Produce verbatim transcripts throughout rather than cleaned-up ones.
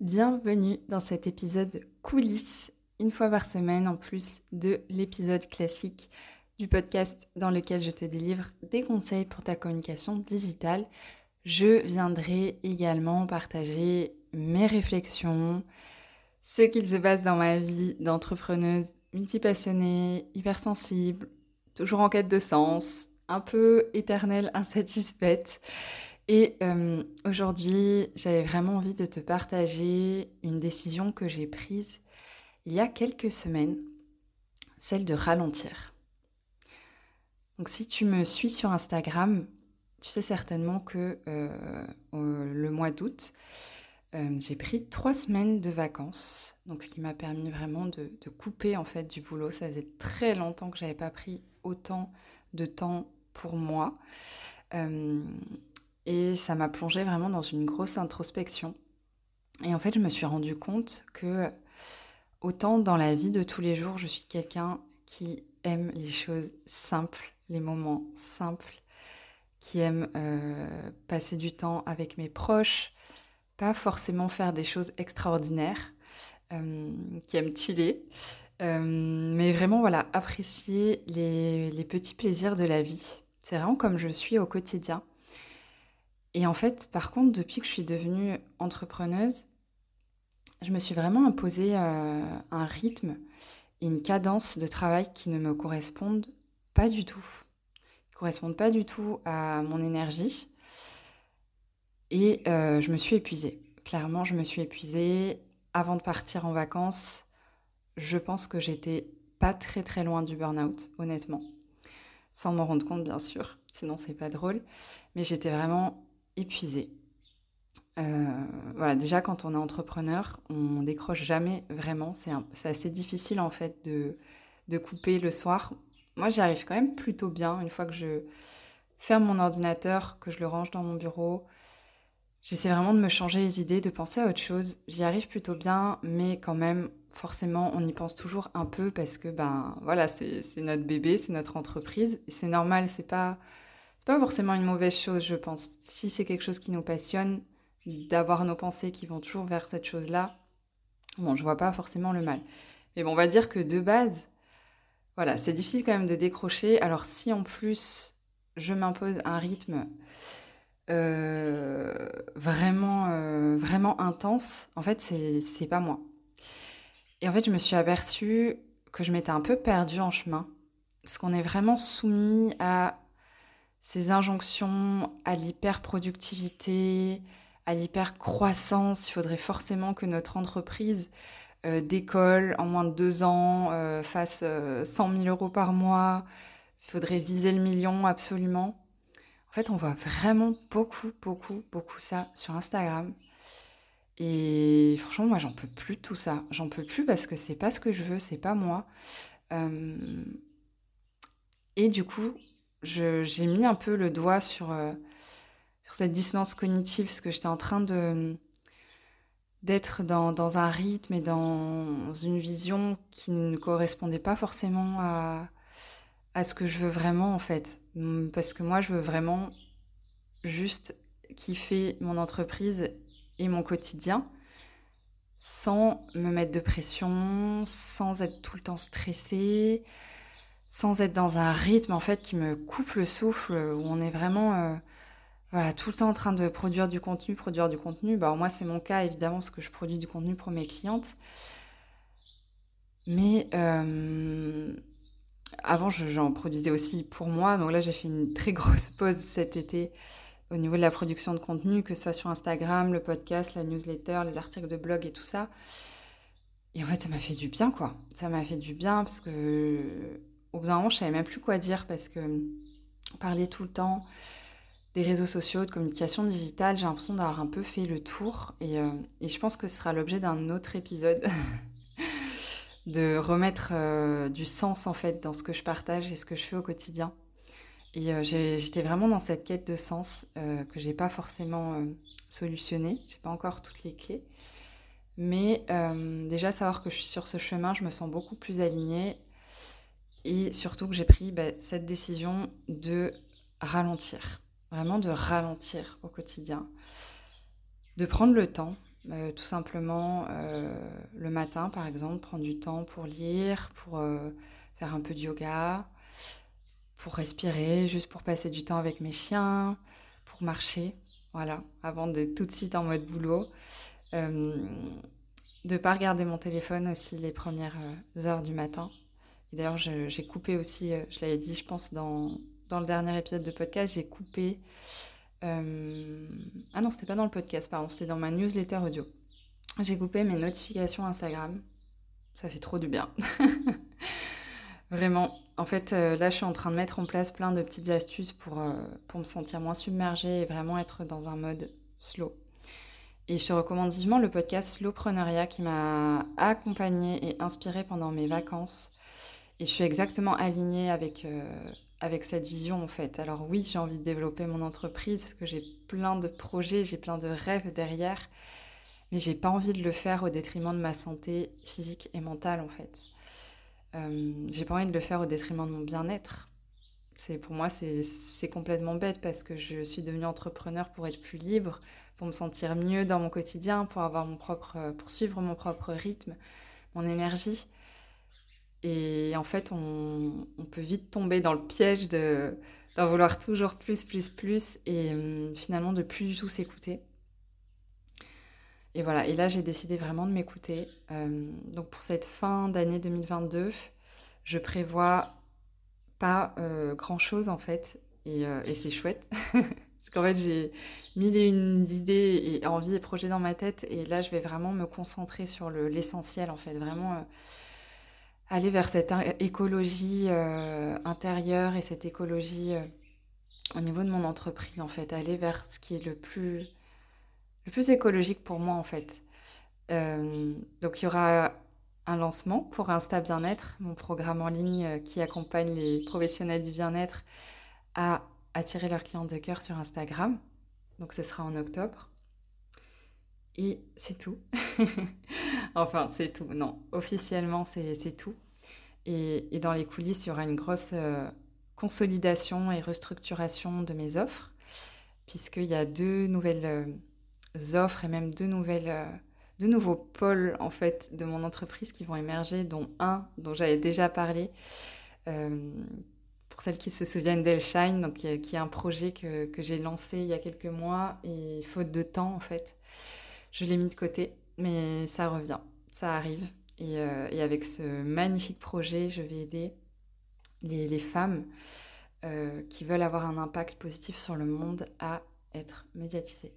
Bienvenue dans cet épisode coulisses, une fois par semaine en plus de l'épisode classique du podcast dans lequel je te délivre des conseils pour ta communication digitale. Je viendrai également partager mes réflexions, ce qu'il se passe dans ma vie d'entrepreneuse multipassionnée, hypersensible, toujours en quête de sens, un peu éternelle, insatisfaite. Et euh, aujourd'hui, j'avais vraiment envie de te partager une décision que j'ai prise il y a quelques semaines, celle de ralentir. Donc si tu me suis sur Instagram, tu sais certainement que euh, euh, le mois d'août, euh, j'ai pris trois semaines de vacances, donc ce qui m'a permis vraiment de, de couper en fait du boulot. Ça faisait très longtemps que j'avais pas pris autant de temps pour moi. Euh, Et ça m'a plongée vraiment dans une grosse introspection. Et en fait, je me suis rendu compte que autant dans la vie de tous les jours, je suis quelqu'un qui aime les choses simples, les moments simples, qui aime euh, passer du temps avec mes proches, pas forcément faire des choses extraordinaires, euh, qui aime chiller, euh, mais vraiment voilà, apprécier les, les petits plaisirs de la vie. C'est vraiment comme je suis au quotidien. Et en fait, par contre, depuis que je suis devenue entrepreneuse, je me suis vraiment imposé euh, un rythme et une cadence de travail qui ne me correspondent pas du tout. Qui ne correspondent pas du tout à mon énergie. Et euh, je me suis épuisée. Clairement, je me suis épuisée. Avant de partir en vacances, je pense que j'étais pas très très loin du burn-out, honnêtement. Sans m'en rendre compte, bien sûr. Sinon, c'est pas drôle. Mais j'étais vraiment épuisée. Euh, voilà, déjà quand on est entrepreneur, on décroche jamais vraiment. C'est, un- c'est assez difficile en fait de, de couper le soir. Moi, j'y arrive quand même plutôt bien. Une fois que je ferme mon ordinateur, que je le range dans mon bureau, j'essaie vraiment de me changer les idées, de penser à autre chose. J'y arrive plutôt bien, mais quand même, forcément, on y pense toujours un peu parce que ben voilà, c'est, c'est notre bébé, c'est notre entreprise. Et c'est normal, c'est pas, c'est pas forcément une mauvaise chose, je pense. Si c'est quelque chose qui nous passionne, d'avoir nos pensées qui vont toujours vers cette chose-là, bon, je vois pas forcément le mal. Mais bon, on va dire que de base, voilà, c'est difficile quand même de décrocher. Alors si en plus je m'impose un rythme euh, vraiment, euh, vraiment intense, en fait, c'est, c'est pas moi. Et en fait, je me suis aperçue que je m'étais un peu perdue en chemin. Parce qu'on est vraiment soumis à ces injonctions à l'hyper-productivité, à l'hyper-croissance. Il faudrait forcément que notre entreprise euh, décolle en moins de deux ans, euh, fasse euh, cent mille euros par mois. Il faudrait viser le million absolument. En fait, on voit vraiment beaucoup, beaucoup, beaucoup ça sur Instagram. Et franchement, moi, j'en peux plus de tout ça. J'en peux plus parce que c'est pas ce que je veux, c'est pas moi. Euh, et du coup, je- j'ai mis un peu le doigt sur, euh, sur cette dissonance cognitive parce que j'étais en train de d'être dans, dans un rythme et dans une vision qui ne correspondait pas forcément à, à ce que je veux vraiment en fait. Parce que moi, je veux vraiment juste kiffer mon entreprise et mon quotidien sans me mettre de pression, sans être tout le temps stressée, sans être dans un rythme en fait qui me coupe le souffle, où on est vraiment euh, voilà, tout le temps en train de produire du contenu, produire du contenu. Bah, alors moi, c'est mon cas évidemment parce que je produis du contenu pour mes clientes. Mais euh, avant, je- j'en produisais aussi pour moi. Donc là, j'ai fait une très grosse pause cet été au niveau de la production de contenu, que ce soit sur Instagram, le podcast, la newsletter, les articles de blog et tout ça. Et en fait, ça m'a fait du bien, quoi. Ça m'a fait du bien parce que au bout d'un moment, je savais même plus quoi dire parce que parler tout le temps des réseaux sociaux, de communication digitale, j'ai l'impression d'avoir un peu fait le tour. Et, euh, et je pense que ce sera l'objet d'un autre épisode, de remettre euh, du sens en fait dans ce que je partage et ce que je fais au quotidien. Et euh, j'ai- j'étais vraiment dans cette quête de sens euh, que j'ai pas forcément euh, solutionnée. J'ai pas encore toutes les clés. Mais euh, déjà, savoir que je suis sur ce chemin, je me sens beaucoup plus alignée. Et surtout que j'ai pris bah, cette décision de ralentir. Vraiment de ralentir au quotidien. De prendre le temps. Euh, tout simplement, euh, le matin, par exemple, prendre du temps pour lire, pour euh, faire un peu de yoga, pour respirer, juste pour passer du temps avec mes chiens, pour marcher, voilà, avant d'être tout de suite en mode boulot. Euh, de ne pas regarder mon téléphone aussi les premières euh, heures du matin. Et d'ailleurs, je- j'ai coupé aussi, euh, je l'avais dit, je pense, dans, dans le dernier épisode de podcast, j'ai coupé... euh, Ah non, c'était pas dans le podcast, pardon, c'était dans ma newsletter audio. J'ai coupé mes notifications Instagram. Ça fait trop du bien. Vraiment. En fait, euh, là, je suis en train de mettre en place plein de petites astuces pour, euh, pour me sentir moins submergée et vraiment être dans un mode slow. Et je te recommande vivement le podcast Slowpreneuriat qui m'a accompagnée et inspirée pendant mes vacances. Et je suis exactement alignée avec, euh, avec cette vision en fait. Alors oui, j'ai envie de développer mon entreprise parce que j'ai plein de projets, j'ai plein de rêves derrière. Mais j'ai pas envie de le faire au détriment de ma santé physique et mentale en fait. Euh, j'ai pas envie de le faire au détriment de mon bien-être. C'est, pour moi, c'est, c'est complètement bête parce que je suis devenue entrepreneur pour être plus libre, pour me sentir mieux dans mon quotidien, pour avoir mon propre, pour suivre mon propre rythme, mon énergie. Et en fait, on, on peut vite tomber dans le piège de, d'en vouloir toujours plus, plus, plus et euh, finalement de plus du tout s'écouter. Et voilà, et là j'ai décidé vraiment de m'écouter. Euh, donc pour cette fin d'année deux mille vingt-deux, je prévois pas euh, grand-chose en fait, et, euh, et c'est chouette. Parce qu'en fait j'ai mille et une idées et envies et projets dans ma tête, et là je vais vraiment me concentrer sur le, l'essentiel en fait, vraiment euh, aller vers cette écologie euh, intérieure et cette écologie euh, au niveau de mon entreprise en fait, aller vers ce qui est le plus, le plus écologique pour moi en fait. Euh, donc il y aura un lancement pour Insta Bien-être, mon programme en ligne euh, qui accompagne les professionnels du bien-être à attirer leurs clients de cœur sur Instagram. Donc ce sera en octobre. Et c'est tout. Enfin, c'est tout. Non, officiellement, c'est, c'est tout. Et, et dans les coulisses, il y aura une grosse euh, consolidation et restructuration de mes offres, puisqu'il y a deux nouvelles euh, offres et même deux nouvelles... euh, de nouveaux pôles en fait de mon entreprise qui vont émerger, dont un dont j'avais déjà parlé, euh, pour celles qui se souviennent d'Elshine, donc qui est, qui est un projet que, que j'ai lancé il y a quelques mois et faute de temps en fait, je l'ai mis de côté, mais ça revient, ça arrive. Et, euh, et avec ce magnifique projet, je vais aider les, les femmes euh, qui veulent avoir un impact positif sur le monde à être médiatisées.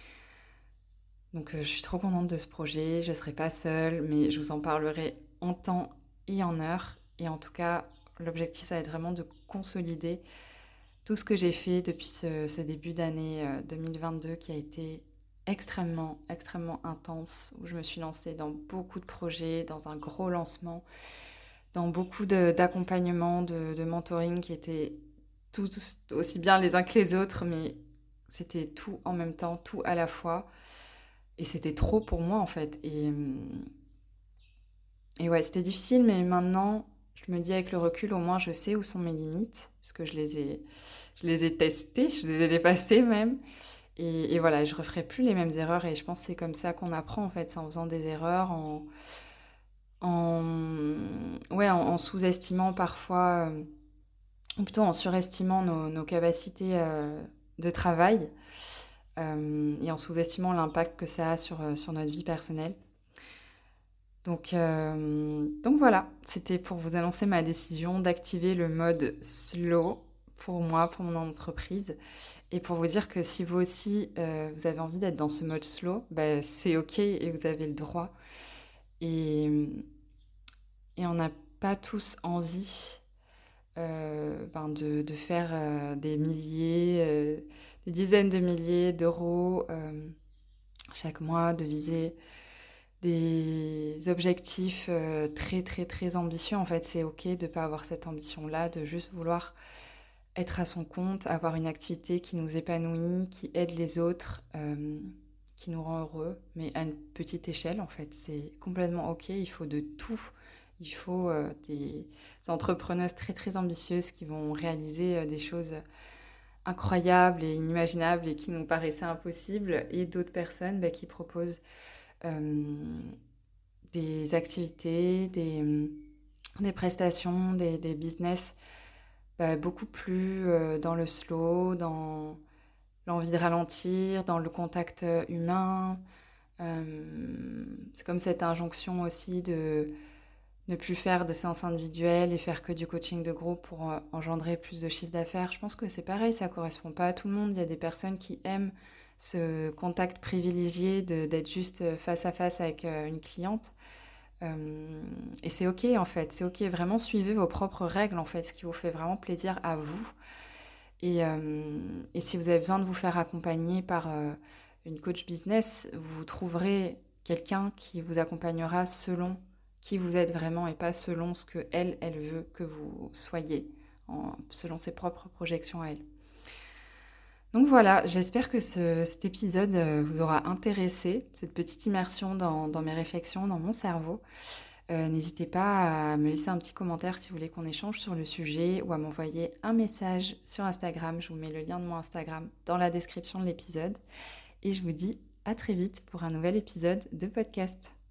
Donc euh, je suis trop contente de ce projet, je ne serai pas seule, mais je vous en parlerai en temps et en heure. Et en tout cas, l'objectif, ça va être vraiment de consolider tout ce que j'ai fait depuis ce, ce début d'année euh, deux mille vingt-deux qui a été extrêmement, extrêmement intense, où je me suis lancée dans beaucoup de projets, dans un gros lancement, dans beaucoup de, d'accompagnement, de, de mentoring qui étaient tous aussi bien les uns que les autres, mais c'était tout en même temps, tout à la fois. Et c'était trop pour moi, en fait. Et, et ouais, c'était difficile, mais maintenant, je me dis avec le recul, au moins, je sais où sont mes limites, parce que je les ai, je les ai testées, je les ai dépassées même. Et, et voilà, je referai plus les mêmes erreurs. Et je pense que c'est comme ça qu'on apprend, en fait, c'est en faisant des erreurs, en, en, ouais, en, en sous-estimant parfois, euh, ou plutôt en surestimant nos, nos capacités euh, de travail, euh, et en sous-estimant l'impact que ça a sur, sur notre vie personnelle. Donc, euh, donc voilà, c'était pour vous annoncer ma décision d'activer le mode slow pour moi, pour mon entreprise. Et pour vous dire que si vous aussi, euh, vous avez envie d'être dans ce mode slow, bah, c'est OK et vous avez le droit. Et, et on n'a pas tous envie euh, ben de, de faire euh, des milliers, euh, des dizaines de milliers d'euros euh, chaque mois, de viser des objectifs euh, très très très ambitieux. En fait, c'est ok de ne pas avoir cette ambition-là, de juste vouloir être à son compte, avoir une activité qui nous épanouit, qui aide les autres, euh, qui nous rend heureux, mais à une petite échelle en fait. C'est complètement ok, il faut de tout. Il faut euh, des entrepreneuses très très ambitieuses qui vont réaliser euh, des choses incroyables et inimaginables et qui nous paraissaient impossibles, et d'autres personnes bah, qui proposent euh, des activités, des, des prestations, des, des business bah, beaucoup plus euh, dans le slow, dans l'envie de ralentir, dans le contact humain. Euh, c'est comme cette injonction aussi de ne plus faire de séances individuelles et faire que du coaching de groupe pour euh, engendrer plus de chiffre d'affaires. Je pense que c'est pareil, ça correspond pas à tout le monde. Il y a des personnes qui aiment ce contact privilégié de, d'être juste face à face avec euh, une cliente. Euh, et c'est ok en fait, c'est ok. Vraiment suivez vos propres règles en fait, ce qui vous fait vraiment plaisir à vous. Et, euh, et si vous avez besoin de vous faire accompagner par euh, une coach business, vous trouverez quelqu'un qui vous accompagnera selon qui vous êtes vraiment et pas selon ce que elle, elle veut que vous soyez, en, selon ses propres projections à elle. Donc voilà, j'espère que ce, cet épisode vous aura intéressé, cette petite immersion dans, dans mes réflexions, dans mon cerveau. Euh, n'hésitez pas à me laisser un petit commentaire si vous voulez qu'on échange sur le sujet ou à m'envoyer un message sur Instagram. Je vous mets le lien de mon Instagram dans la description de l'épisode. Et je vous dis à très vite pour un nouvel épisode de podcast.